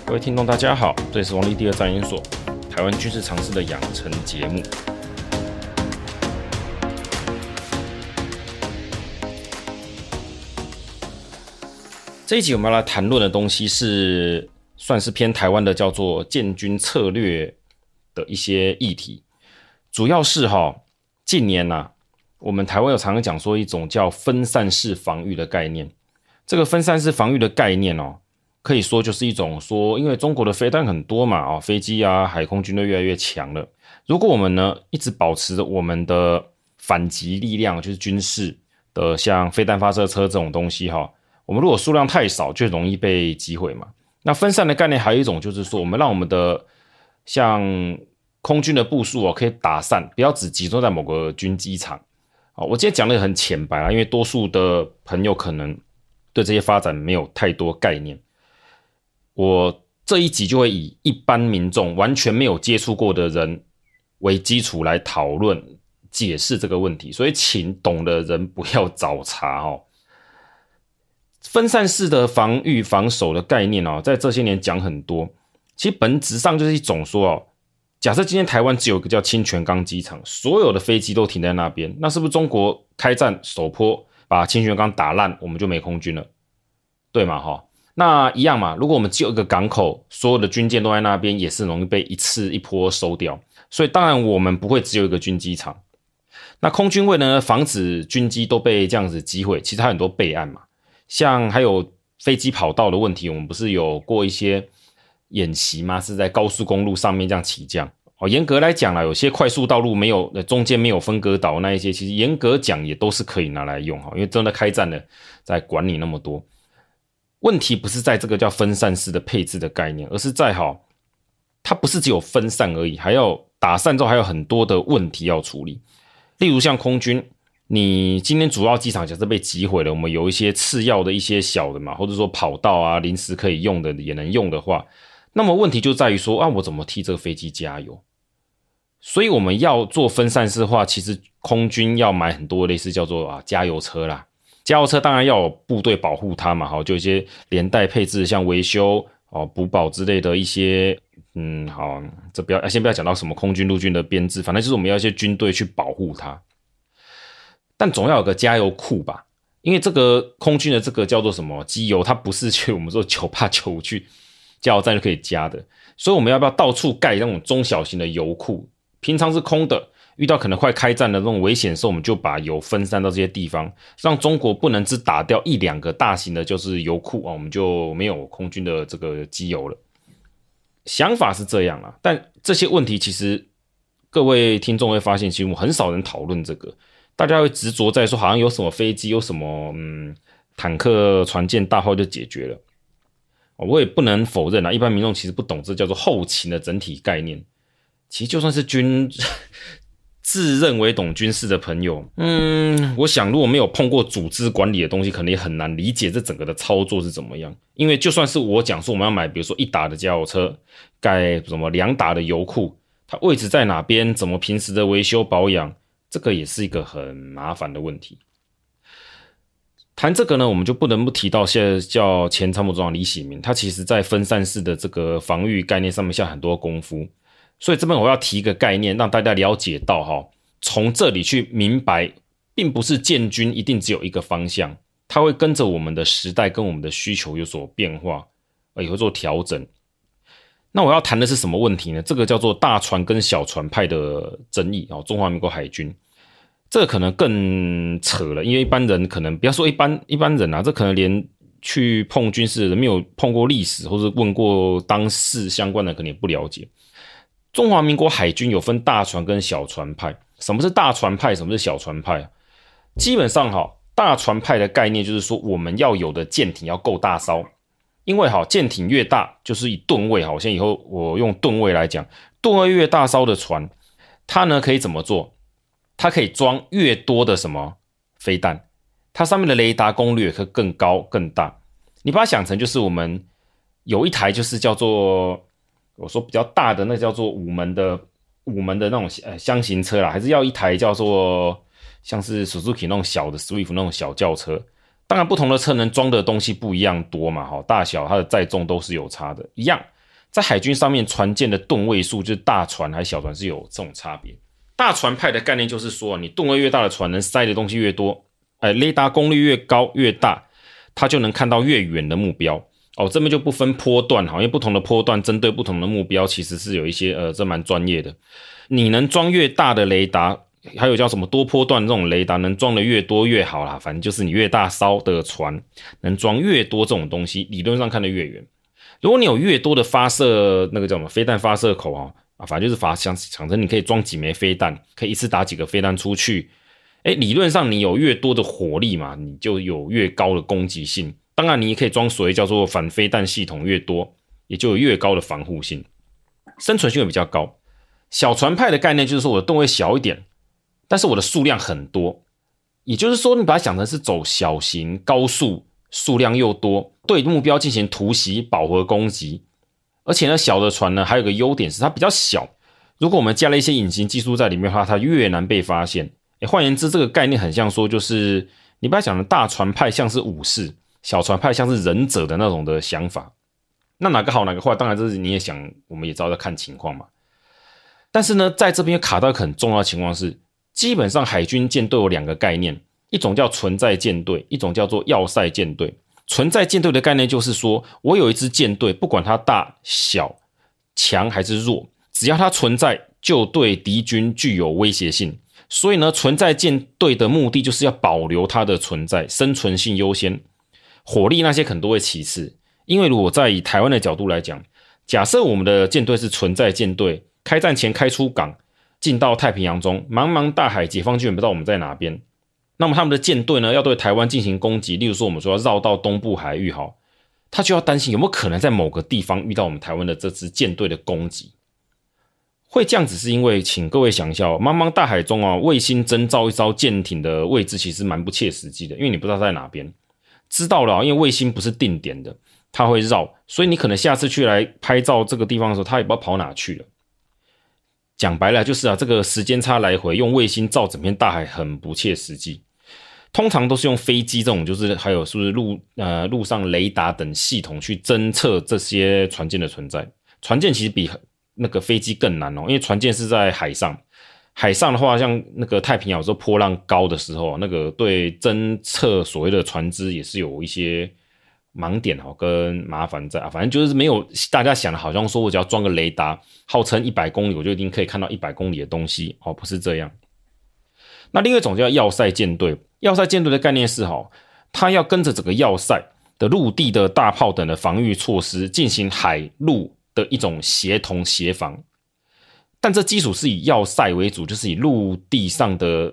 各位听众大家好，这里是王立第二战研所台湾军事常识的养成节目。这一集我们要来谈论的东西是算是偏台湾的，叫做建军策略的一些议题。主要是近年我们台湾有常常讲说一种叫分散式防御的概念。这个分散式防御的概念可以说就是一种说，因为中国的飞弹很多嘛，飞机海空军都越来越强了。如果我们呢一直保持着我们的反击力量，就是军事的像飞弹发射车这种东西我们如果数量太少，就容易被击毁嘛。那分散的概念还有一种就是说，我们让我们的像空军的部署可以打散，不要只集中在某个军机场。我今天讲的很浅白啦，因为多数的朋友可能对这些发展没有太多概念。我这一集就会以一般民众完全没有接触过的人为基础来讨论解释这个问题，所以请懂的人不要找茬分散式的防御防守的概念在这些年讲很多，其实本质上就是一种说假设今天台湾只有一个叫清泉岗机场，所有的飞机都停在那边，那是不是中国开战首波把清泉岗打烂，我们就没空军了，对吗那一样嘛，如果我们只有一个港口，所有的军舰都在那边，也是容易被一次一波收掉。所以当然我们不会只有一个军机场。那空军为了防止军机都被这样子击毁，其实还有很多备案嘛，像还有飞机跑道的问题，我们不是有过一些演习吗？是在高速公路上面这样起降。严格来讲有些快速道路没有中间没有分隔岛那一些，其实严格讲也都是可以拿来用因为真的开战了，在管你那么多。问题不是在这个叫分散式的配置的概念，而是在它不是只有分散而已，还要打散之后还有很多的问题要处理。例如像空军，你今天主要机场假设被击毁了，我们有一些次要的一些小的嘛，或者说跑道临时可以用的也能用的话，那么问题就在于说我怎么替这个飞机加油？所以我们要做分散式的话，其实空军要买很多类似叫做加油车啦。加油车当然要有部队保护它嘛，就一些连带配置，像维修补保之类的一些，这先不要讲到什么空军陆军的编制，反正就是我们要一些军队去保护它。但总要有个加油库吧，因为这个空军的这个叫做什么机油，它不是去我们说985去加油站就可以加的，所以我们要不要到处盖那种中小型的油库？平常是空的，遇到可能快开战的那种危险时候，我们就把油分散到这些地方，让中国不能只打掉一两个大型的就是油库我们就没有空军的这个机油了。想法是这样啦，但这些问题其实各位听众会发现，其实很少人讨论这个，大家会执着在说好像有什么飞机有什么坦克船舰大炮就解决了。我也不能否认一般民众其实不懂这叫做后勤的整体概念。其实就算是自认为懂军事的朋友，我想如果没有碰过组织管理的东西，可能也很难理解这整个的操作是怎么样。因为就算是我讲说我们要买比如说1打的加油车，盖什么2打的油库，它位置在哪边，怎么平时的维修保养，这个也是一个很麻烦的问题。谈这个呢，我们就不能不提到现在叫前参谋总长李喜明，他其实在分散式的这个防御概念上面下很多功夫。所以这边我要提一个概念，让大家了解到从这里去明白，并不是建军一定只有一个方向，它会跟着我们的时代跟我们的需求有所变化，也会做调整。那我要谈的是什么问题呢？这个叫做大船跟小船派的争议中华民国海军。这个可能更扯了，因为一般人可能不要说一般人这可能连去碰军事的人没有碰过历史，或者问过当事相关的可能也不了解。中华民国海军有分大船跟小船派。什么是大船派，什么是小船派？基本上大船派的概念就是说我们要有的舰艇要够大艘，因为舰艇越大就是以吨位我现在以后我用吨位来讲，吨位越大艘的船，它呢可以怎么做？它可以装越多的什么飞弹，它上面的雷达功率可以更高更大。你把它想成就是我们有一台就是叫做我说比较大的那叫做五门的那种箱型车啦，还是要一台叫做像是 Suzuki 那种小的 Swift 那种小轿车。当然不同的车能装的东西不一样多嘛，大小它的载重都是有差的。一样在海军上面船舰的吨位数，就是大船还是小船是有这种差别。大船派的概念就是说，你吨位越大的船能塞的东西越多，雷达功率越高越大，它就能看到越远的目标。这边就不分波段，因为不同的波段针对不同的目标，其实是有一些这蛮专业的。你能装越大的雷达，还有叫什么多波段这种雷达，能装的越多越好啦。反正就是你越大艘的船，能装越多这种东西，理论上看得越远。如果你有越多的发射那个叫什么飞弹发射口反正就是想成你可以装几枚飞弹，可以一次打几个飞弹出去。理论上你有越多的火力嘛，你就有越高的攻击性。当然你也可以装所谓叫做反飞弹系统越多，也就有越高的防护性，生存性会比较高。小船派的概念就是说我的吨位小一点，但是我的数量很多，也就是说你把它想成是走小型高速，数量又多，对目标进行突袭饱和攻击。而且呢，小的船呢还有个优点是它比较小，如果我们加了一些隐形技术在里面的话，它越难被发现。换言之，这个概念很像说，就是你把它想的大船派像是武士，小船派像是忍者的那种的想法。那哪个好哪个坏，当然这是你也想，我们也知道在看情况嘛。但是呢，在这边卡到一个很重要的情况是，基本上海军舰队有两个概念，一种叫存在舰队，一种叫做要塞舰队。存在舰队的概念就是说，我有一支舰队，不管它大小、强还是弱，只要它存在，就对敌军具有威胁性。所以呢，存在舰队的目的就是要保留它的存在，生存性优先，火力那些可能都会其次。因为如果在以台湾的角度来讲，假设我们的舰队是存在舰队，开战前开出港，进到太平洋中，茫茫大海，解放军也不知道我们在哪边。那么他们的舰队呢，要对台湾进行攻击，例如说我们说要绕到东部海域他就要担心有没有可能在某个地方遇到我们台湾的这支舰队的攻击。会这样子是因为，请各位想一下茫茫大海中卫星征召一艘舰艇的位置其实蛮不切实际的，因为你不知道在哪边。知道了因为卫星不是定点的，它会绕，所以你可能下次去来拍照这个地方的时候，它也不知道跑哪去了。讲白了就是这个时间差来回用卫星照整片大海很不切实际。通常都是用飞机这种，就是还有是不是路上雷达等系统去侦测这些船舰的存在。船舰其实比那个飞机更难因为船舰是在海上。海上的话，像那个太平洋有时候波浪高的时候，那个对侦测所谓的船只也是有一些盲点跟麻烦在反正就是没有大家想的好像说我只要装个雷达，号称100公里我就一定可以看到100公里的东西不是这样。那另外一种叫要塞舰队，要塞舰队的概念是它要跟着整个要塞的陆地的大炮等的防御措施进行海陆的一种协同协防。但这基础是以要塞为主，就是以陆地上的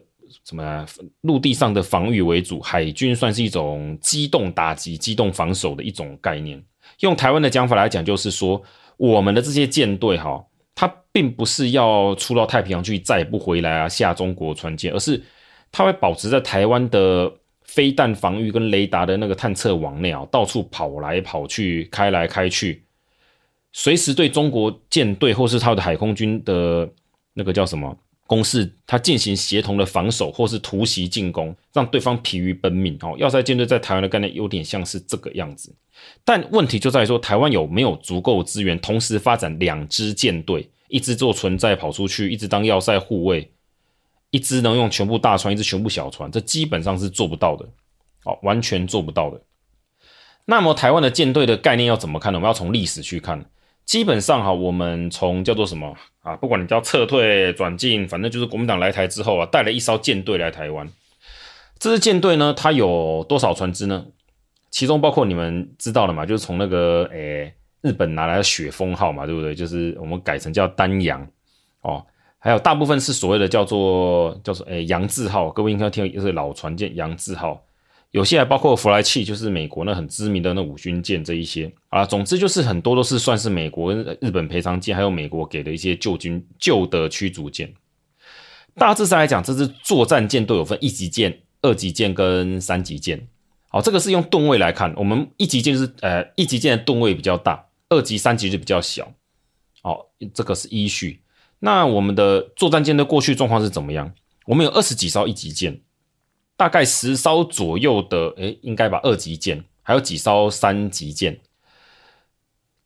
防御为主，海军算是一种机动打击、机动防守的一种概念。用台湾的讲法来讲，就是说我们的这些舰队它并不是要出到太平洋去再也不回来下中国船舰，而是它会保持在台湾的飞弹防御跟雷达的那个探测网内到处跑来跑去，开来开去，随时对中国舰队或是他的海空军的那个叫什么攻势，他进行协同的防守或是突袭进攻，让对方疲于奔命。要塞舰队在台湾的概念有点像是这个样子。但问题就在于说，台湾有没有足够资源同时发展2支舰队，一支做存在跑出去，一支当要塞护卫，一支能用全部大船，一支全部小船，这基本上是做不到的完全做不到的。那么台湾的舰队的概念要怎么看呢？我们要从历史去看。基本上我们从叫做什么不管你叫撤退转进，反正就是国民党来台之后带了一艘舰队来台湾。这支舰队呢，它有多少船只呢？其中包括你们知道的嘛，就是从那个日本拿来的雪峰号嘛，对不对？就是我们改成叫丹阳还有大部分是所谓的叫做洋字号，各位应该听就是老船舰洋字号。有些还包括弗莱契，就是美国那很知名的那五军舰这一些总之就是很多都是算是美国跟日本赔偿舰，还有美国给的一些旧的驱逐舰。大致上来讲，这支作战舰队有分1级舰、2级舰跟3级舰。这个是用吨位来看，我们1级舰就是1级舰的吨位比较大，2级、3级就比较小。这个是依序。那我们的作战舰队过去状况是怎么样？我们有20几艘1级舰。大概10艘左右的应该吧2级舰，还有几艘3级舰。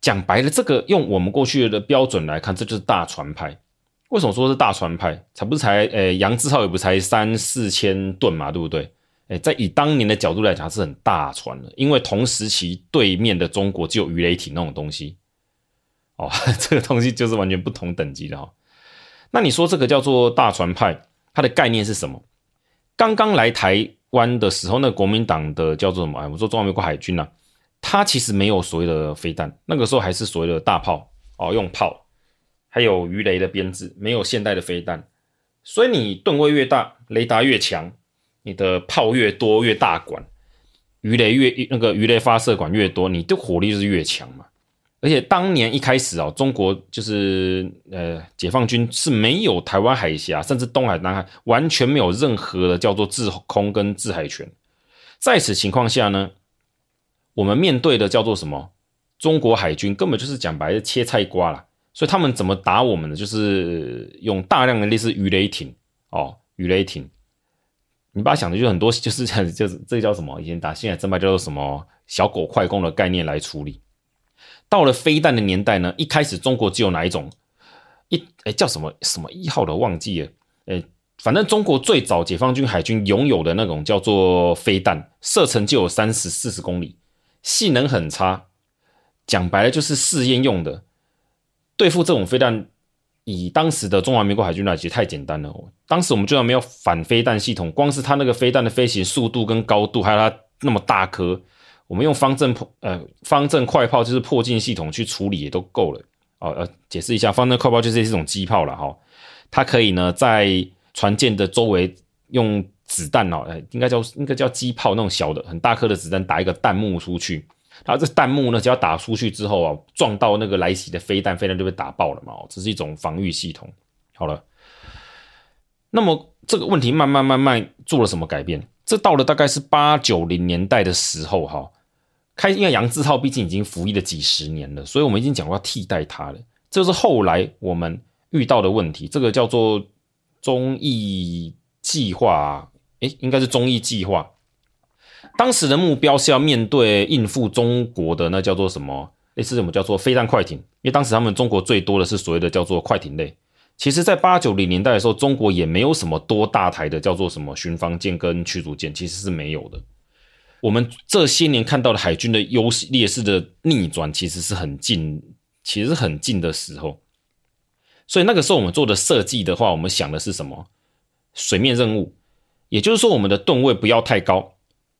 讲白了，这个用我们过去的标准来看，这就是大船派。为什么说是大船派？杨志浩也不才3-4千吨嘛，对不对？在以当年的角度来讲，它是很大船的，因为同时期对面的中国就有鱼雷艇那种东西，这个东西就是完全不同等级的哈。那你说这个叫做大船派，它的概念是什么？刚刚来台湾的时候，那个国民党的叫做什么？我说中华民国海军啊，它其实没有所谓的飞弹，那个时候还是所谓的大炮用炮，还有鱼雷的编制，没有现代的飞弹。所以你吨位越大，雷达越强，你的炮越多越大管，鱼雷发射管越多，你的火力就是越强嘛。而且当年一开始中国就是解放军是没有台湾海峡，甚至东海、南海完全没有任何的叫做制空跟制海权。在此情况下呢，我们面对的叫做什么？中国海军根本就是讲白的切菜瓜啦。所以他们怎么打我们呢？就是用大量的类似鱼雷艇鱼雷艇。你把它想的就很多，就是这个叫什么？以前打星海争霸叫做什么小狗快攻的概念来处理。到了飞弹的年代呢，一开始中国只有哪一种？叫什么1号的忘记了。反正中国最早解放军海军拥有的那种叫做飞弹，射程就有30-40公里，性能很差。讲白了就是试验用的。对付这种飞弹，以当时的中华民国海军来讲太简单了。当时我们就算没有反飞弹系统，光是它那个飞弹的飞行速度跟高度，还有它那么大颗，我们用方阵快炮就是迫近系统去处理也都够了。解释一下，方阵快炮就是一种机炮啦它可以呢在船舰的周围用子弹应该叫机炮，那种小的很大颗的子弹打一个弹幕出去。然后这弹幕呢，只要打出去之后撞到那个来袭的飞弹就被打爆了嘛。这是一种防御系统。好了，那么这个问题慢慢做了什么改变？这到了大概是8-90年代的时候因为杨志浩毕竟已经服役了几十年了，所以我们已经讲过要替代他了。这就是后来我们遇到的问题，这个叫做忠义计划应该是忠义计划。当时的目标是要面对应付中国的那叫做什么？类似什么叫做飞弹快艇？因为当时他们中国最多的是所谓的叫做快艇类。其实在8-90年代的时候，中国也没有什么多大台的叫做什么巡防舰跟驱逐舰，其实是没有的。我们这些年看到的海军的劣势的逆转，其实是很近的时候。所以那个时候我们做的设计的话，我们想的是什么？水面任务，也就是说我们的吨位不要太高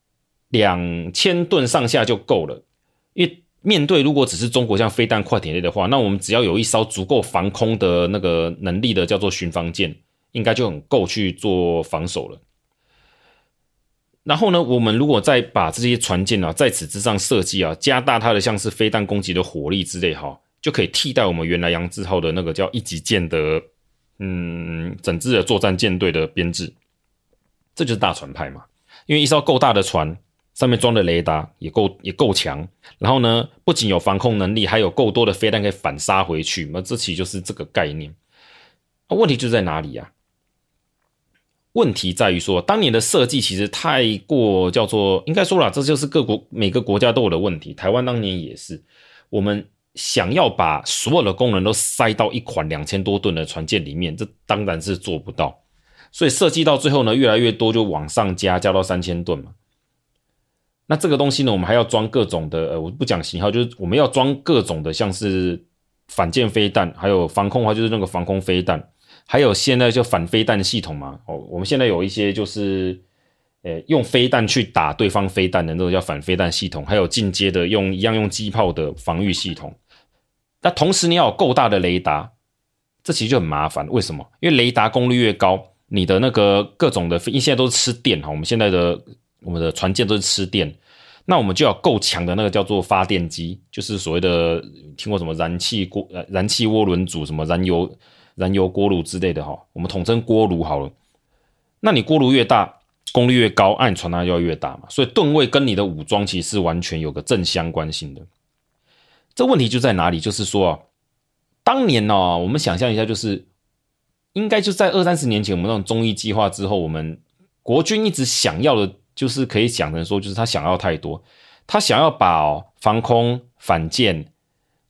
，2000吨上下就够了。因为面对如果只是中国像飞弹快艇类的话，那我们只要有一艘足够防空的那个能力的叫做巡防舰，应该就很够去做防守了。然后呢，我们如果再把这些船舰在此之上设计加大它的像是飞弹攻击的火力之类就可以替代我们原来杨志浩的那个叫一级舰的整支的作战舰队的编制。这就是大船派嘛。因为一艘够大的船上面装的雷达也够强，然后呢不仅有防空能力，还有够多的飞弹可以反杀回去，那这其实就是这个概念。问题就在哪里问题在于说，当年的设计其实太过叫做，应该说啦，这就是每个国家都有的问题。台湾当年也是，我们想要把所有的功能都塞到一款2000多吨的船舰里面，这当然是做不到。所以设计到最后呢，越来越多就往上加到3000吨嘛。那这个东西呢，我们还要装各种的我不讲型号，就是我们要装各种的，像是反舰飞弹，还有防空的话就是那个防空飞弹。还有现在就反飞弹系统嘛，我们现在有一些就是用飞弹去打对方飞弹的那种叫反飞弹系统，还有进阶的一样用机炮的防御系统。那同时你要有够大的雷达，这其实就很麻烦。为什么？因为雷达功率越高，你的那个各种的，因为现在都是吃电我们现在的我们的船舰都是吃电，那我们就要够强的那个叫做发电机，就是所谓的听过什么燃气涡轮组，什么燃油锅炉之类的我们统称锅炉好了。那你锅炉越大，功率越高，你船它就要越大嘛，所以吨位跟你的武装其实是完全有个正相关性的。这问题就在哪里？就是说当年我们想象一下，就是应该就在20-30年前，我们那种忠义计划之后，我们国军一直想要的，就是可以讲成说，就是他想要太多，他想要把防空、反舰、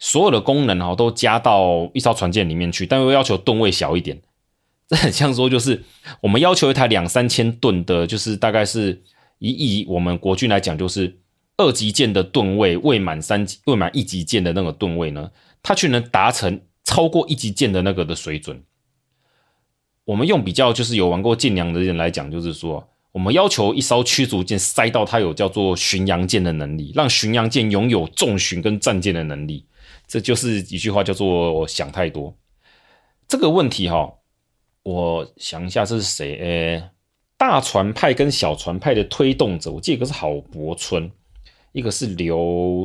所有的功能都加到一艘船舰里面去，但又要求吨位小一点。这很像说就是我们要求一台2-3千吨的，就是大概是以我们国军来讲，就是2级舰的吨位未满1级舰的那个吨位呢，它却能达成超过1级舰的那个的水准。我们用比较就是有玩过舰娘的人来讲，就是说我们要求一艘驱逐舰塞到它有叫做巡洋舰的能力，让巡洋舰拥有重巡跟战舰的能力，这就是一句话叫做想太多。这个问题我想一下这是谁？大船派跟小船派的推动者，我记得一个是郝柏村，一个是刘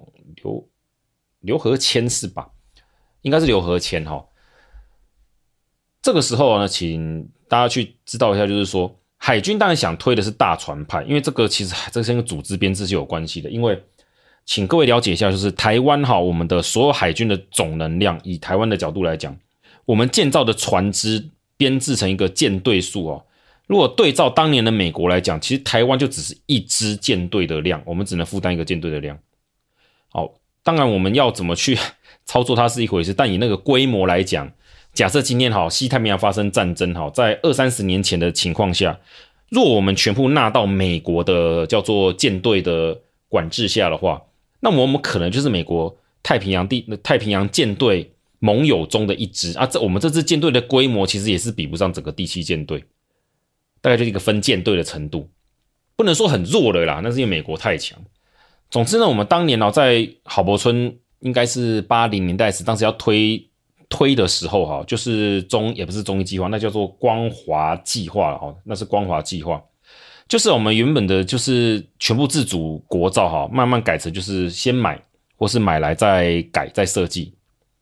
和谦是吧？应该是刘和谦这个时候呢，请大家去知道一下，就是说海军当然想推的是大船派，因为这个其实这跟组织编制是有关系的。因为请各位了解一下，就是台湾我们的所有海军的总能量，以台湾的角度来讲，我们建造的船只编制成一个舰队数如果对照当年的美国来讲，其实台湾就只是一支舰队的量，我们只能负担一个舰队的量。当然我们要怎么去操作它是一回事，但以那个规模来讲，假设今天西太平洋发生战争在20-30年前的情况下，若我们全部纳到美国的叫做舰队的管制下的话，那么我们可能就是美国太平洋舰队盟友中的一支我们这支舰队的规模其实也是比不上整个第7舰队，大概就是一个分舰队的程度，不能说很弱了啦，那是因为美国太强。总之呢，我们当年在郝柏村应该是80年代时，当时要推的时候就是也不是中一计划，那叫做光华计划那是光华计划，就是我们原本的就是全部自主国造慢慢改成就是先买或是买来再改再设计。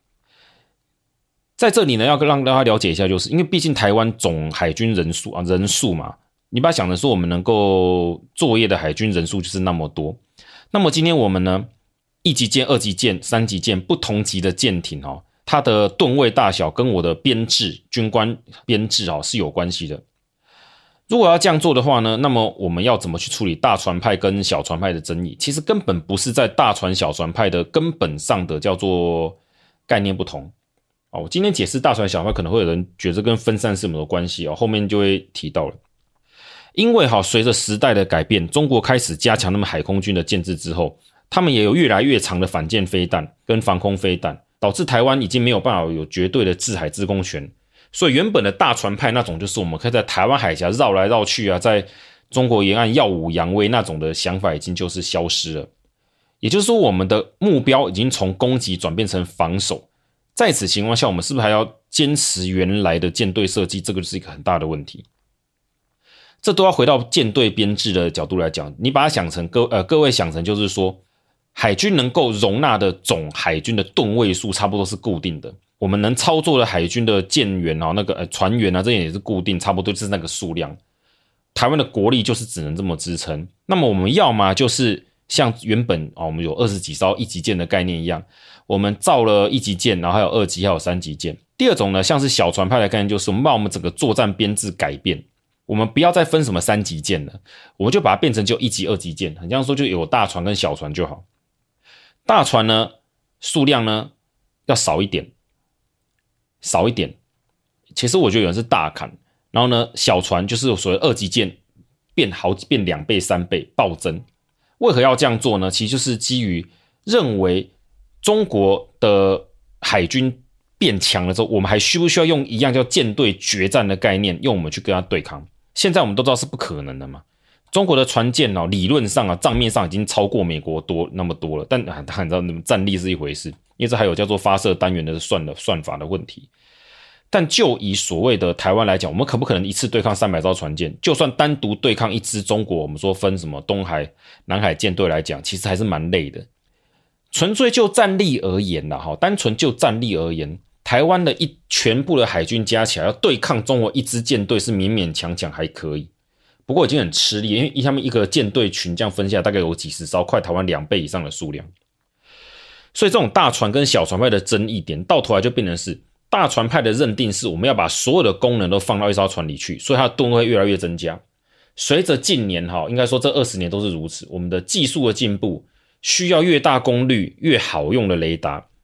在这里呢，要让大家了解一下，就是因为毕竟台湾总海军人数嘛，你把它想成说我们能够作业的海军人数就是那么多，那么今天我们呢，1级舰、2级舰、3级舰不同级的舰艇它的吨位大小跟我的编制军官编制是有关系的。如果要这样做的话呢，那么我们要怎么去处理大船派跟小船派的争议？其实根本不是在大船小船派的根本上的叫做概念不同。我今天解释大船小船派，可能会有人觉得跟分散是有关系后面就会提到了。因为随着时代的改变，中国开始加强他们海空军的建制之后，他们也有越来越长的反舰飞弹跟防空飞弹，导致台湾已经没有办法有绝对的制海制空权。所以原本的大船派那种就是我们可以在台湾海峡绕来绕去在中国沿岸耀武扬威那种的想法已经就是消失了。也就是说，我们的目标已经从攻击转变成防守。在此情况下，我们是不是还要坚持原来的舰队设计？这个就是一个很大的问题。这都要回到舰队编制的角度来讲，你把它想成各位想成就是说，海军能够容纳的总海军的吨位数差不多是固定的，我们能操作的海军的舰员那个船员这也是固定，差不多就是那个数量。台湾的国力就是只能这么支撑。那么我们要么就是像原本我们有20几艘1级舰的概念一样，我们造了1级舰，然后还有2级还有3级舰。第二种呢，像是小船派的概念，就是我们把我们整个作战编制改变，我们不要再分什么3级舰了，我们就把它变成就1级2级舰，很像说就有大船跟小船就好。大船呢数量呢要少一点，其实我觉得有人是大砍。然后呢，小船就是所谓2级舰变2倍3倍暴增。为何要这样做呢？其实就是基于认为中国的海军变强了之后，我们还需不需要用一样叫舰队决战的概念，用我们去跟他对抗？现在我们都知道是不可能的嘛。中国的船舰理论上账面上已经超过美国那么多了，但大家知道战力是一回事，因为这还有叫做发射单元的算法的问题。但就以所谓的台湾来讲，我们可不可能一次对抗300艘船舰？就算单独对抗一支中国，我们说分什么东海、南海舰队来讲，其实还是蛮累的。纯粹就战力而言单纯就战力而言，台湾的全部的海军加起来要对抗中国一支舰队是勉勉强强还可以，不过已经很吃力，因为他们一个舰队群这样分下来大概有几十艘，快台湾2倍以上的数量。所以这种大船跟小船派的争议点，到头来就变成是大船派的认定是我们要把所有的功能都放到一艘船里去，所以它的吨位越来越增加。随着近年应该说这20年都是如此，我们的技术的进步需要越大功率越好用的雷达，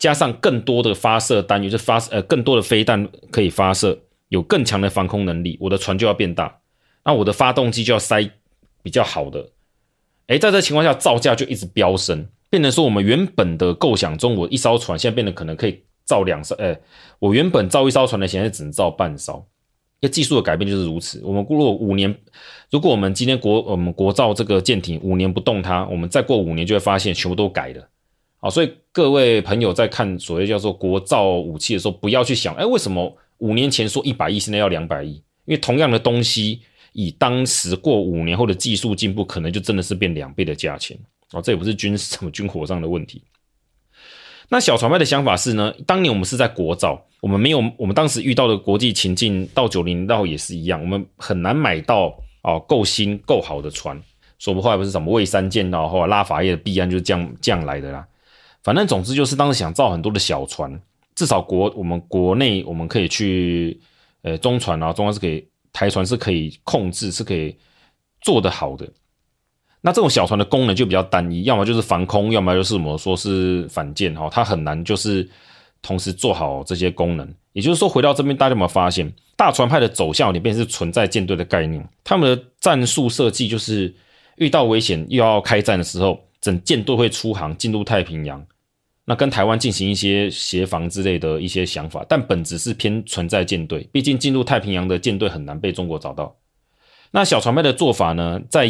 加上更多的发射单元，更多的飞弹可以发射，有更强的防空能力，我的船就要变大，那我的发动机就要塞比较好的。在这情况下造价就一直飙升，变成说我们原本的构想中，我一艘船现在变得可能可以造我原本造一艘船的现在只能造半艘。因为技术的改变就是如此。我们如果5年，如果我们今天我们国造这个舰艇5年不动它，我们再过5年就会发现全部都改了。好，所以各位朋友在看所谓叫做国造武器的时候，不要去想，为什么5年前说100亿，现在要200亿？因为同样的东西，以当时过5年后的技术进步，可能就真的是变2倍的价钱。这也不是什么军火上的问题。那小船派的想法是呢，当年我们是在国造，我们当时遇到的国际情境到90年代也是一样，我们很难买到够新够好的船。说不后来不是什么蔚山舰后来拉法叶的弊案就是这样来的啦。反正总之就是当时想造很多的小船，至少我们国内我们可以去中船是可以，台船是可以控制，是可以做得好的。那这种小船的功能就比较单一，要么就是防空，要么就是我们说是反舰，它很难就是同时做好这些功能。也就是说，回到这边，大家有没有发现，大船派的走向里面是存在舰队的概念，他们的战术设计就是遇到危险又要开战的时候，整舰队会出航进入太平洋，那跟台湾进行一些协防之类的一些想法，但本质是偏存在舰队，毕竟进入太平洋的舰队很难被中国找到。那小船派的做法呢，在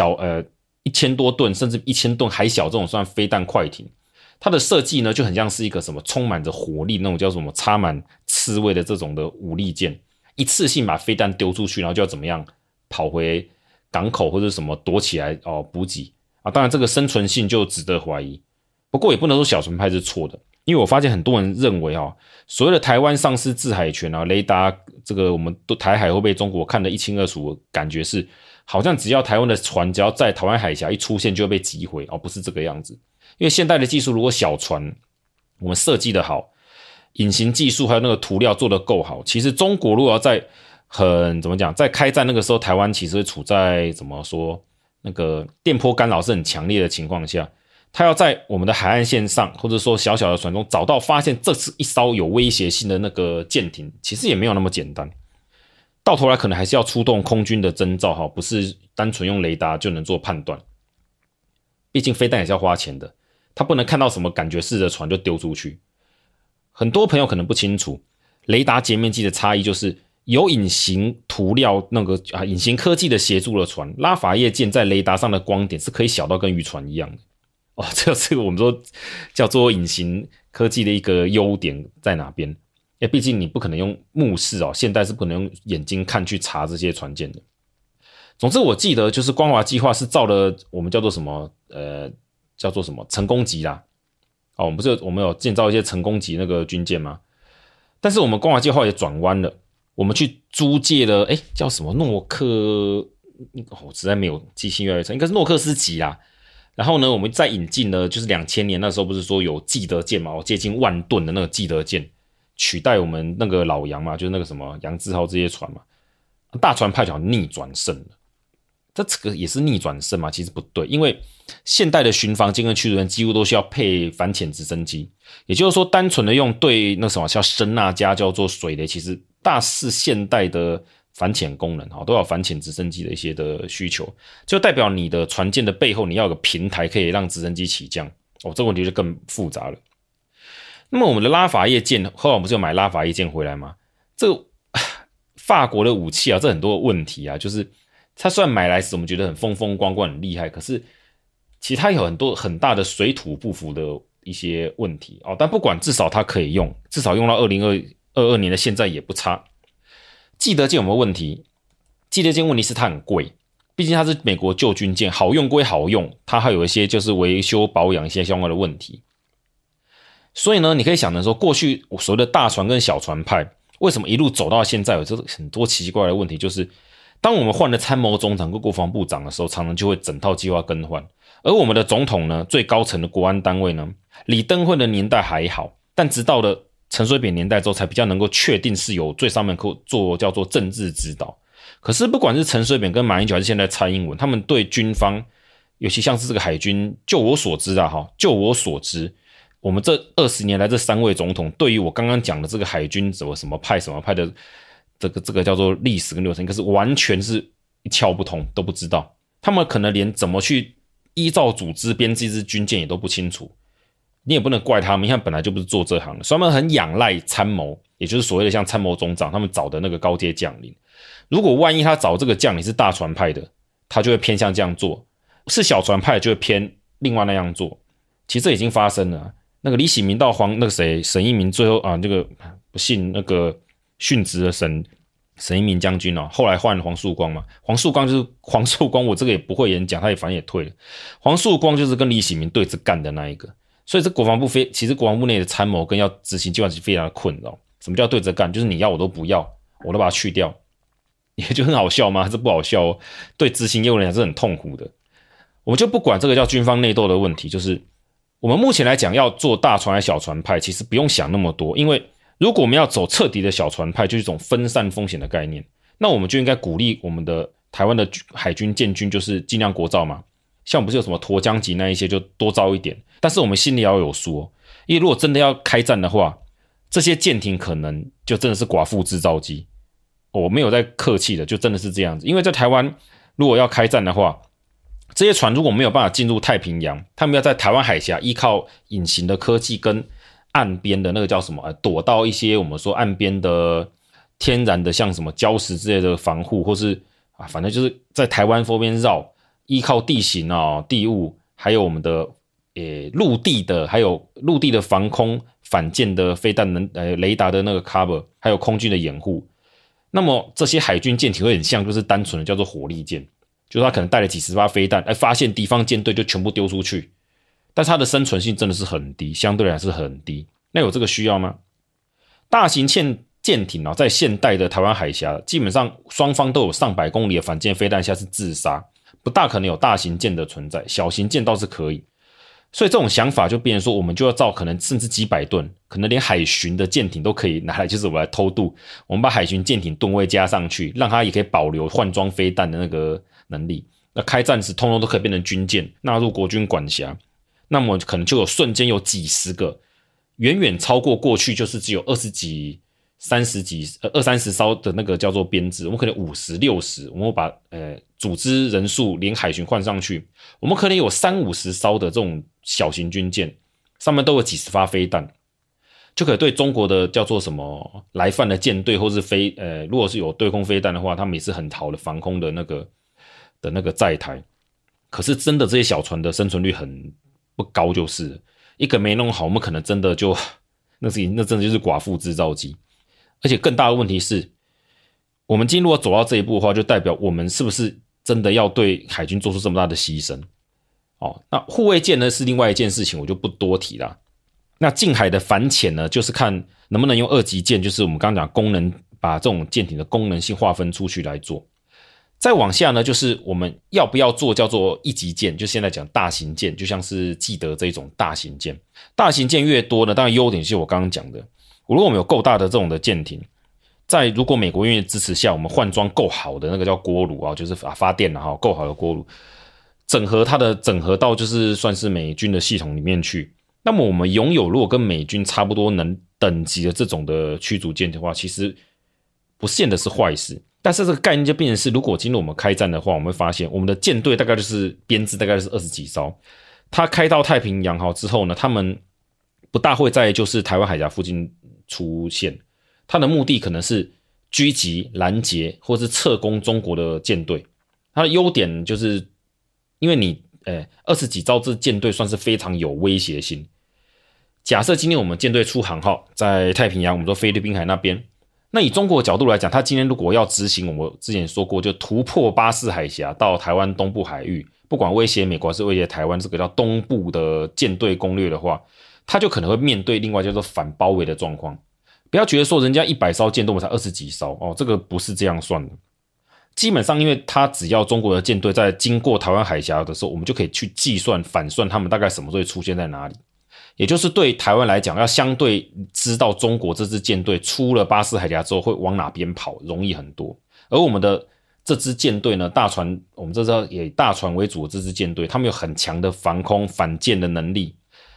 1000多吨甚至1000吨还小这种算飞弹快艇，它的设计呢就很像是一个什么充满着火力那种叫什么插满刺猬的这种的武力舰，一次性把飞弹丢出去，然后就要怎么样跑回港口或者什么躲起来补给当然这个生存性就值得怀疑。不过也不能说小船派是错的，因为我发现很多人认为所谓的台湾丧失制海权雷达这个我们台海会被中国看得一清二楚的感觉是好像只要台湾的船只要在台湾海峡一出现就会被击毁不是这个样子。因为现代的技术如果小船我们设计的好，隐形技术还有那个涂料做得够好，其实中国如果要在怎么讲，在开战那个时候，台湾其实会处在怎么说那个电波干扰是很强烈的情况下，他要在我们的海岸线上或者说小小的船中发现这是一艘有威胁性的那个舰艇，其实也没有那么简单。到头来可能还是要出动空军的征兆不是单纯用雷达就能做判断。毕竟飞弹也是要花钱的，他不能看到什么感觉式的船就丢出去。很多朋友可能不清楚，雷达截面积的差异就是有隐形涂料那个隐形科技的协助的船，拉法叶舰在雷达上的光点是可以小到跟渔船一样的。这个我们说叫做隐形科技的一个优点在哪边？因为毕竟你不可能用目视现代是不可能用眼睛看去查这些船舰的。总之我记得就是光华计划是造了我们叫做什么叫做什么成功级啦。我们有建造一些成功级那个军舰吗？但是我们光华计划也转弯了，我们去租借了叫什么诺克我实在没有记性越来越差，应该是诺克斯级啦。然后呢我们再引进了就是2000年那时候不是说有济德舰嘛，接近10000吨的那个济德舰取代我们那个老杨嘛，就是那个什么杨志浩这些船嘛。大船派就好像逆转胜了，这个也是逆转胜嘛？其实不对，因为现代的巡防舰跟驱逐舰几乎都需要配反潜直升机，也就是说单纯的用对那什么叫声呐加叫做水雷，其实大是现代的反潜功能都有反潜直升机的一些的需求，就代表你的船舰的背后你要有个平台可以让直升机起降这个问题就更复杂了。那么我们的拉法叶舰后来我们不是有买拉法叶舰回来吗？这个法国的武器这很多问题就是它虽然买来时我们觉得很风风光光很厉害，可是其实它有很多很大的水土不服的一些问题但不管至少它可以用，至少用到2022年的现在也不差。济德舰有没有问题？济德舰问题是它很贵，毕竟它是美国旧军舰，好用归好用，它还有一些就是维修保养一些相关的问题。所以呢你可以想成说，过去所谓的大船跟小船派为什么一路走到现在有很多奇奇怪怪的问题，就是当我们换了参谋总长跟国防部长的时候，常常就会整套计划更换。而我们的总统呢，最高层的国安单位呢，李登辉的年代还好，但直到了陈水扁年代之后才比较能够确定是有最上面可做叫做政治指导。可是不管是陈水扁跟马英九还是现在蔡英文，他们对军方尤其像是这个海军，就我所知我们这20年来这3位总统对于我刚刚讲的这个海军什么派的这个叫做历史跟流程，可是完全是一窍不通，都不知道。他们可能连怎么去依照组织编制一支军舰也都不清楚。你也不能怪他们，你看本来就不是做这行的，所以他们很仰赖参谋，也就是所谓的像参谋总长他们找的那个高阶将领。如果万一他找这个将领是大船派的，他就会偏向这样做，是小船派就会偏另外那样做。其实这已经发生了，那个李喜明到那个沈一鸣最后啊，这个不幸那个殉职的沈一鸣将军后来换黄树光嘛，黄树光，我这个也不会演讲，他也反正也退了。黄树光就是跟李喜明对着干的那一个，所以这其实国防部内的参谋跟要执行计划是非常的困扰。什么叫对着干？就是你要我都不要，我都把它去掉，也就很好笑吗？这不好笑哦，对执行业务人来讲是很痛苦的。我们就不管这个叫军方内斗的问题，就是我们目前来讲要做大船还是小船派，其实不用想那么多，因为如果我们要走彻底的小船派，就是一种分散风险的概念，那我们就应该鼓励我们的台湾的海军舰军就是尽量国造嘛，像我们不是有什么沱江级那一些就多造一点，但是我们心里要有数因为如果真的要开战的话，这些舰艇可能就真的是寡妇制造机，我没有在客气的，就真的是这样子。因为在台湾如果要开战的话，这些船如果没有办法进入太平洋，他们要在台湾海峡依靠隐形的科技跟岸边的那个叫什么躲到一些我们说岸边的天然的像什么礁石之类的防护，或是反正就是在台湾周边绕，依靠地形地物，还有我们的陆地的防空反舰的飞弹雷达的那个 cover， 还有空军的掩护。那么这些海军舰艇会很像就是单纯的叫做火力舰，就是他可能带了几十发飞弹，发现敌方舰队就全部丢出去，但是它的生存性真的是很低，相对来说是很低。那有这个需要吗？大型舰艇在现代的台湾海峡，基本上双方都有上百公里的反舰飞弹下是自杀，不大可能有大型舰的存在，小型舰倒是可以。所以这种想法就变成说，我们就要造可能甚至几百吨，可能连海巡的舰艇都可以拿来，就是我来偷渡。我们把海巡舰艇吨位加上去，让它也可以保留换装飞弹的那个能力。那开战时通通都可以变成军舰，纳入国军管辖。那么可能就有瞬间有几十个，远远超过过去就是只有20几、30几、20-30艘的那个叫做编制，我们可能50、60，我们会把组织人数连海巡换上去，我们可能有30-50艘的这种小型军舰，上面都有几十发飞弹，就可以对中国的叫做什么来犯的舰队，或是如果是有对空飞弹的话，他们也是很好的防空的那个载台。可是真的这些小船的生存率很不高，就是一个没弄好，我们可能真的就那真的就是寡妇制造机。而且更大的问题是，我们今天如果走到这一步的话，就代表我们是不是真的要对海军做出这么大的牺牲？那护卫舰呢是另外一件事情，我就不多提啦。那近海的反潜呢，就是看能不能用2级舰，就是我们刚刚讲功能，把这种舰艇的功能性划分出去来做。再往下呢，就是我们要不要做叫做1级舰，就现在讲大型舰，就像是记得这种大型舰。大型舰越多呢，当然优点就是我刚刚讲的，如果我们有够大的这种的舰艇，在如果美国愿意支持下，我们换装够好的那个叫锅炉就是发电够好的锅炉，整合到就是算是美军的系统里面去。那么我们拥有如果跟美军差不多能等级的这种的驱逐舰的话，其实不见得是坏事。但是这个概念就变成是，如果今天我们开战的话，我们会发现我们的舰队大概就是编制大概就是20几艘，它开到太平洋之后呢，他们不大会在就是台湾海峡附近出现，它的目的可能是狙击、拦截或是侧攻中国的舰队。它的优点就是因为你20几艘这舰队算是非常有威胁性。假设今天我们舰队出航在太平洋，我们说菲律宾海那边，那以中国的角度来讲，他今天如果要执行我之前说过就突破巴士海峡到台湾东部海域，不管威胁美国还是威胁台湾这个叫东部的舰队攻略的话，他就可能会面对另外叫做反包围的状况。不要觉得说人家100艘舰队我们才20几艘这个不是这样算的。基本上因为他只要中国的舰队在经过台湾海峡的时候，我们就可以去计算反算他们大概什么时候会出现在哪里，也就是对台湾来讲要相对知道中国这支舰队出了巴士海峡之后会往哪边跑容易很多。而我们的这支舰队呢，大船，我们这支以大船为主的这支舰队，他们有很强的防空反舰的能力，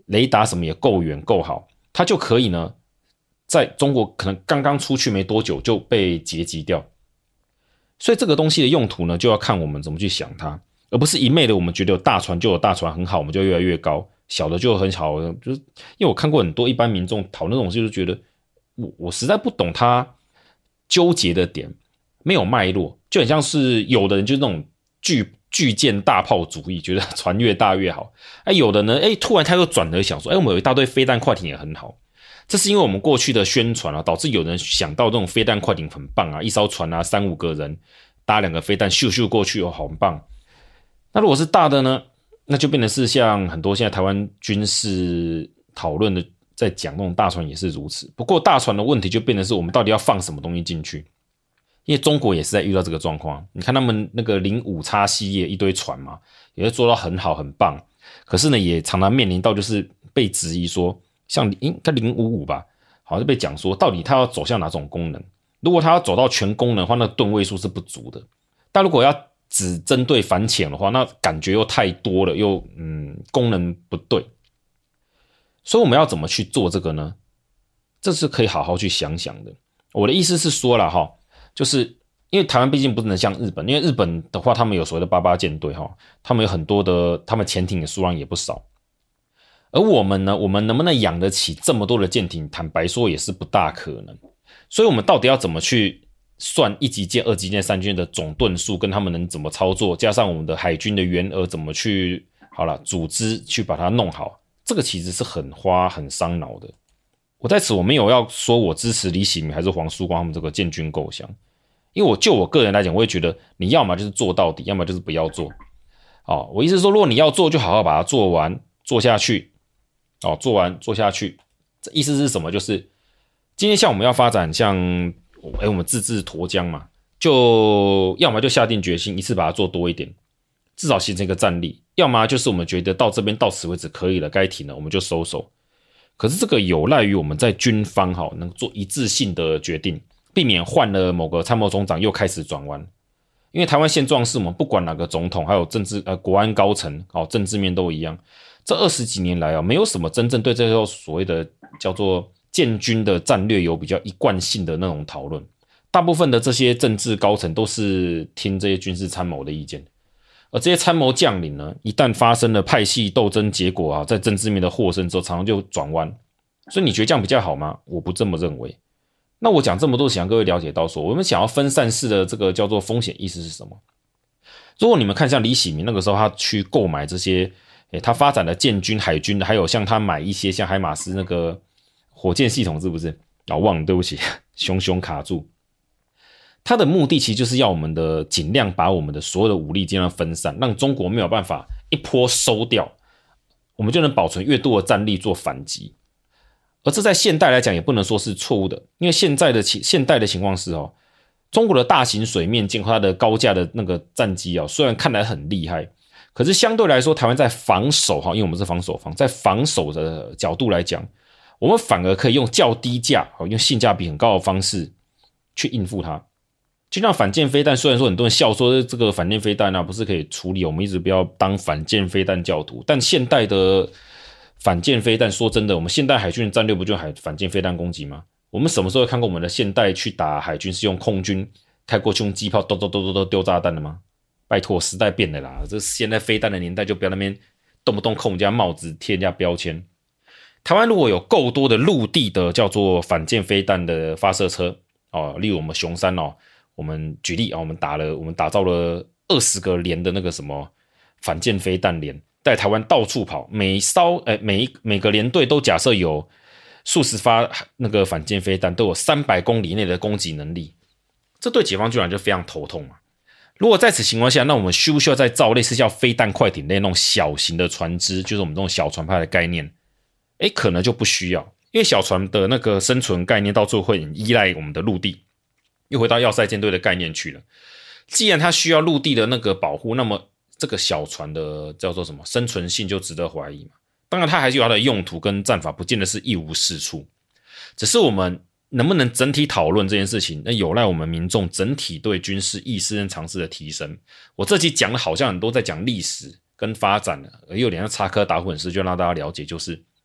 雷达什么也够远够好，它就可以呢在中国可能刚刚出去没多久就被截击掉。所以这个东西的用途呢，就要看我们怎么去想它，而不是一昧的我们觉得有大船就有大船很好，我们就越来越高，小的就很好。就是因为我看过很多一般民众讨论这种东西，就觉得我实在不懂他纠结的点，没有脉络，就很像是有的人就是那种巨舰大炮主义，觉得船越大越好。有的呢，突然他又转而想说，我们有一大堆飞弹快艇也很好。这是因为我们过去的宣传导致有人想到这种飞弹快艇很棒啊，一艘船啊，3-5个人搭2个飞弹咻咻过去好棒。那如果是大的呢，那就变成是像很多现在台湾军事讨论的在讲那种大船也是如此。不过大船的问题就变成是我们到底要放什么东西进去，因为中国也是在遇到这个状况。你看他们那个05X系列一堆船嘛，也会做到很好很棒，可是呢也常常面临到就是被质疑说，像应该055吧，好像被讲说到底它要走向哪种功能。如果它要走到全功能的话，那吨位数是不足的。但如果要只针对反潜的话，那感觉又太多了，又功能不对。所以我们要怎么去做这个呢？这是可以好好去想想的。我的意思是说啦，就是因为台湾毕竟不能像日本，因为日本的话他们有所谓的88舰队，他们有很多的，他们潜艇的数量也不少。而我们呢，我们能不能养得起这么多的舰艇，坦白说也是不大可能。所以我们到底要怎么去算1级舰、2级舰、3级舰的总吨数，跟他们能怎么操作，加上我们的海军的员额怎么去组织去把它弄好，这个其实是很伤脑的。我在此我没有要说我支持李喜明还是黄曙光他们这个建军构想，因为就我个人来讲，我也觉得你要么就是做到底，要么就是不要做。我意思是说，如果你要做，就好好把它做完，做下去。做完做下去，这意思是什么？就是今天像我们要发展像我们自治沱江嘛，就要么就下定决心一次把它做多一点，至少形成一个战力；要么就是我们觉得到这边到此为止可以了，该停了我们就收手。可是这个有赖于我们在军方能做一致性的决定，避免换了某个参谋总长又开始转弯。因为台湾现状是我们不管哪个总统，还有政治国安高层政治面都一样。这20几年来没有什么真正对这个所谓的叫做建军的战略有比较一贯性的那种讨论。大部分的这些政治高层都是听这些军事参谋的意见，而这些参谋将领呢，一旦发生了派系斗争，结果在政治面的获胜之后，常常就转弯。所以你觉得这样比较好吗？我不这么认为。那我讲这么多，想让各位了解到说，我们想要分散式的这个叫做风险意识是什么？如果你们看像李喜明那个时候，他去购买这些。他发展了建军、海军，还有像他买一些像海马斯那个火箭系统，是不是？忘了，对不起，熊卡住。他的目的其实就是要我们的尽量把我们的所有的武力尽量分散，让中国没有办法一波收掉，我们就能保存越多的战力做反击。而这在现代来讲也不能说是错误的，因为现代的情况是中国的大型水面舰和它的高价的那个战机虽然看来很厉害。可是相对来说，台湾在防守因为我们是防守方，在防守的角度来讲，我们反而可以用较低价用性价比很高的方式去应付它。就像反舰飞弹，虽然说很多人笑说这个反舰飞弹不是可以处理，我们一直不要当反舰飞弹教徒，但现代的反舰飞弹，说真的，我们现代海军的战略不就反舰飞弹攻击吗？我们什么时候看过我们的现代去打海军是用空军开过去用机炮都丢炸弹的吗？拜托，时代变了啦！这现在飞弹的年代，就不要那边动不动扣人家帽子、贴人家标签。台湾如果有够多的陆地的叫做反舰飞弹的发射车例如我们雄三我们举例我们打造了20个连的那个什么反舰飞弹连，在台湾到处跑，每个连队都假设有数十发那个反舰飞弹，都有300公里内的攻击能力，这对解放军来就非常头痛嘛。如果在此情况下，那我们需不需要再造类似叫飞弹快艇类那种小型的船只，就是我们这种小船派的概念？可能就不需要，因为小船的那个生存概念到最后会很依赖我们的陆地，又回到要塞舰队的概念去了。既然它需要陆地的那个保护，那么这个小船的叫做什么生存性就值得怀疑嘛。当然它还是有它的用途跟战法，不见得是一无是处，只是我们能不能整体讨论这件事情，那有赖我们民众整体对军事意识跟常识的提升。我这期讲的好像很多在讲历史跟发展了，而有点像插科打诨式，就让大家了解，就是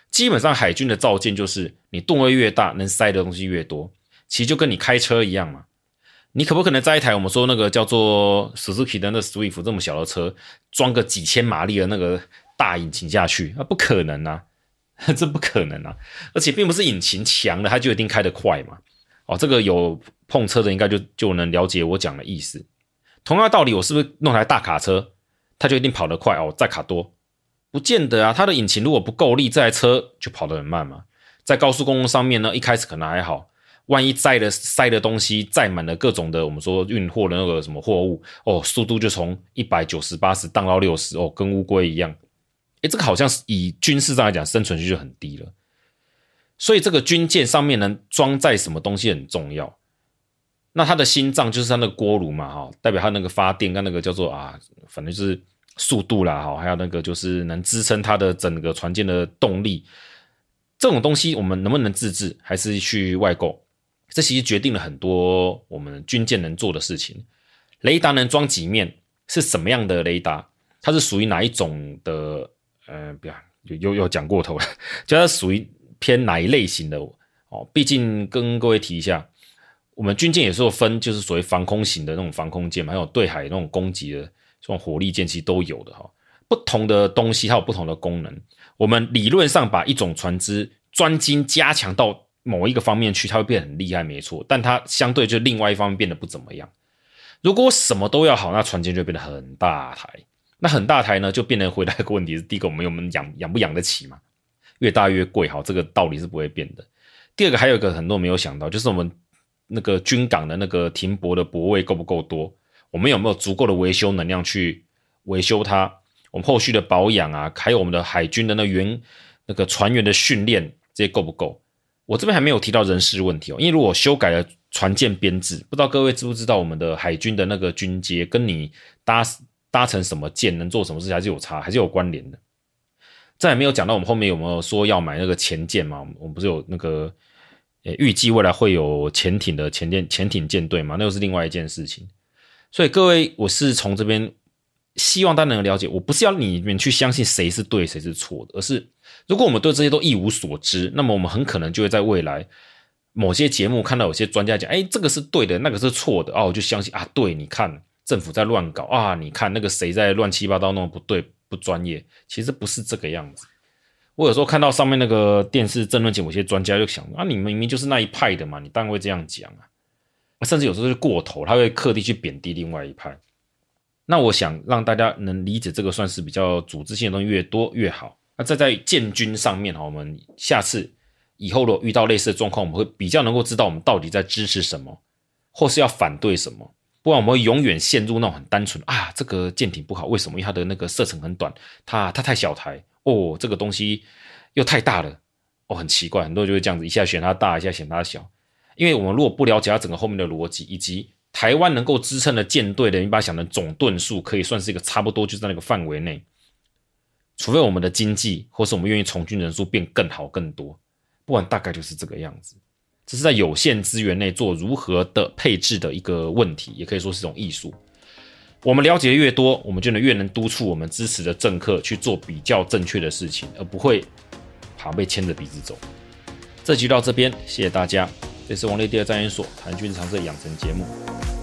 基本上海军的造舰就是你吨位越大，能塞的东西越多，其实就跟你开车一样嘛。你可不可能在一台我们说那个叫做 Suzuki 的那 Swift 这么小的车，装个几千马力的那个大引擎下去？不可能啊，这不可能啊！而且并不是引擎强的，它就一定开得快嘛。这个有碰车的应该就能了解我讲的意思。同样的道理，我是不是弄台大卡车，它就一定跑得快载卡多？不见得啊，它的引擎如果不够力，这台车就跑得很慢嘛。在高速公路上面呢，一开始可能还好。万一塞的东西载满了各种的我们说运货的那个什么货物速度就从190、80荡到60跟乌龟一样。这个好像是以军事上来讲生存率就很低了。所以这个军舰上面能装载什么东西很重要。那它的心脏就是它那个锅炉嘛代表它那个发电跟那个叫做反正就是速度啦还有那个就是能支撑它的整个船舰的动力。这种东西我们能不能自制还是去外购？这其实决定了很多我们军舰能做的事情。雷达能装几面，是什么样的雷达，它是属于哪一种的不要又讲过头了，就它属于偏哪一类型的毕竟跟各位提一下，我们军舰也是有分，就是所谓防空型的那种防空舰嘛，还有对海那种攻击的这种火力舰，其实都有的不同的东西它有不同的功能。我们理论上把一种船只专精加强到某一个方面去，它会变得很厉害没错，但它相对就另外一方面变得不怎么样。如果什么都要好，那船舰就变得很大台。那很大台呢，就变成回答一个问题是，第一个我们养不养得起嘛？越大越贵这个道理是不会变的。第二个还有一个很多人没有想到，就是我们那个军港的那个停泊的泊位够不够多？我们有没有足够的维修能量去维修它？我们后续的保养还有我们的海军的那个船员的训练，这些够不够？我这边还没有提到人事问题因为如果修改了船舰编制，不知道各位知不知道我们的海军的那个军阶跟你搭成什么舰能做什么事还是有差，还是有关联的。再也没有讲到我们后面有没有说要买那个前舰嘛？我们不是有那个预计未来会有潜艇的潜艇舰队嘛？那又是另外一件事情。所以各位，我是从这边希望大家能了解，我不是要你们去相信谁是对谁是错的，而是如果我们对这些都一无所知，那么我们很可能就会在未来某些节目看到有些专家讲这个是对的，那个是错的我就相信对，你看政府在乱搞你看那个谁在乱七八糟弄不对不专业，其实不是这个样子。我有时候看到上面那个电视政论节目，有些专家就想你明明就是那一派的嘛，你当然会这样讲甚至有时候就过头，他会刻意去贬低另外一派。那我想让大家能理解这个算是比较组织性的东西越多越好。那在建军上面我们下次以后如果遇到类似的状况，我们会比较能够知道我们到底在支持什么，或是要反对什么。不然我们会永远陷入那种很单纯这个舰艇不好，为什么？因为它的那个射程很短，它太小台这个东西又太大了很奇怪，很多人就会这样子，一下选它大，一下选它小。因为我们如果不了解它整个后面的逻辑，以及台湾能够支撑的舰队的，你把它想成总吨数，可以算是一个差不多就在那个范围内。除非我们的经济或是我们愿意从军人数变更好更多，不然大概就是这个样子。这是在有限资源内做如何的配置的一个问题，也可以说是一种艺术。我们了解的越多，我们就越能督促我们支持的政客去做比较正确的事情，而不会被牵着鼻子走。这集到这边，谢谢大家。这是王立第二战研所谈军常设养成节目。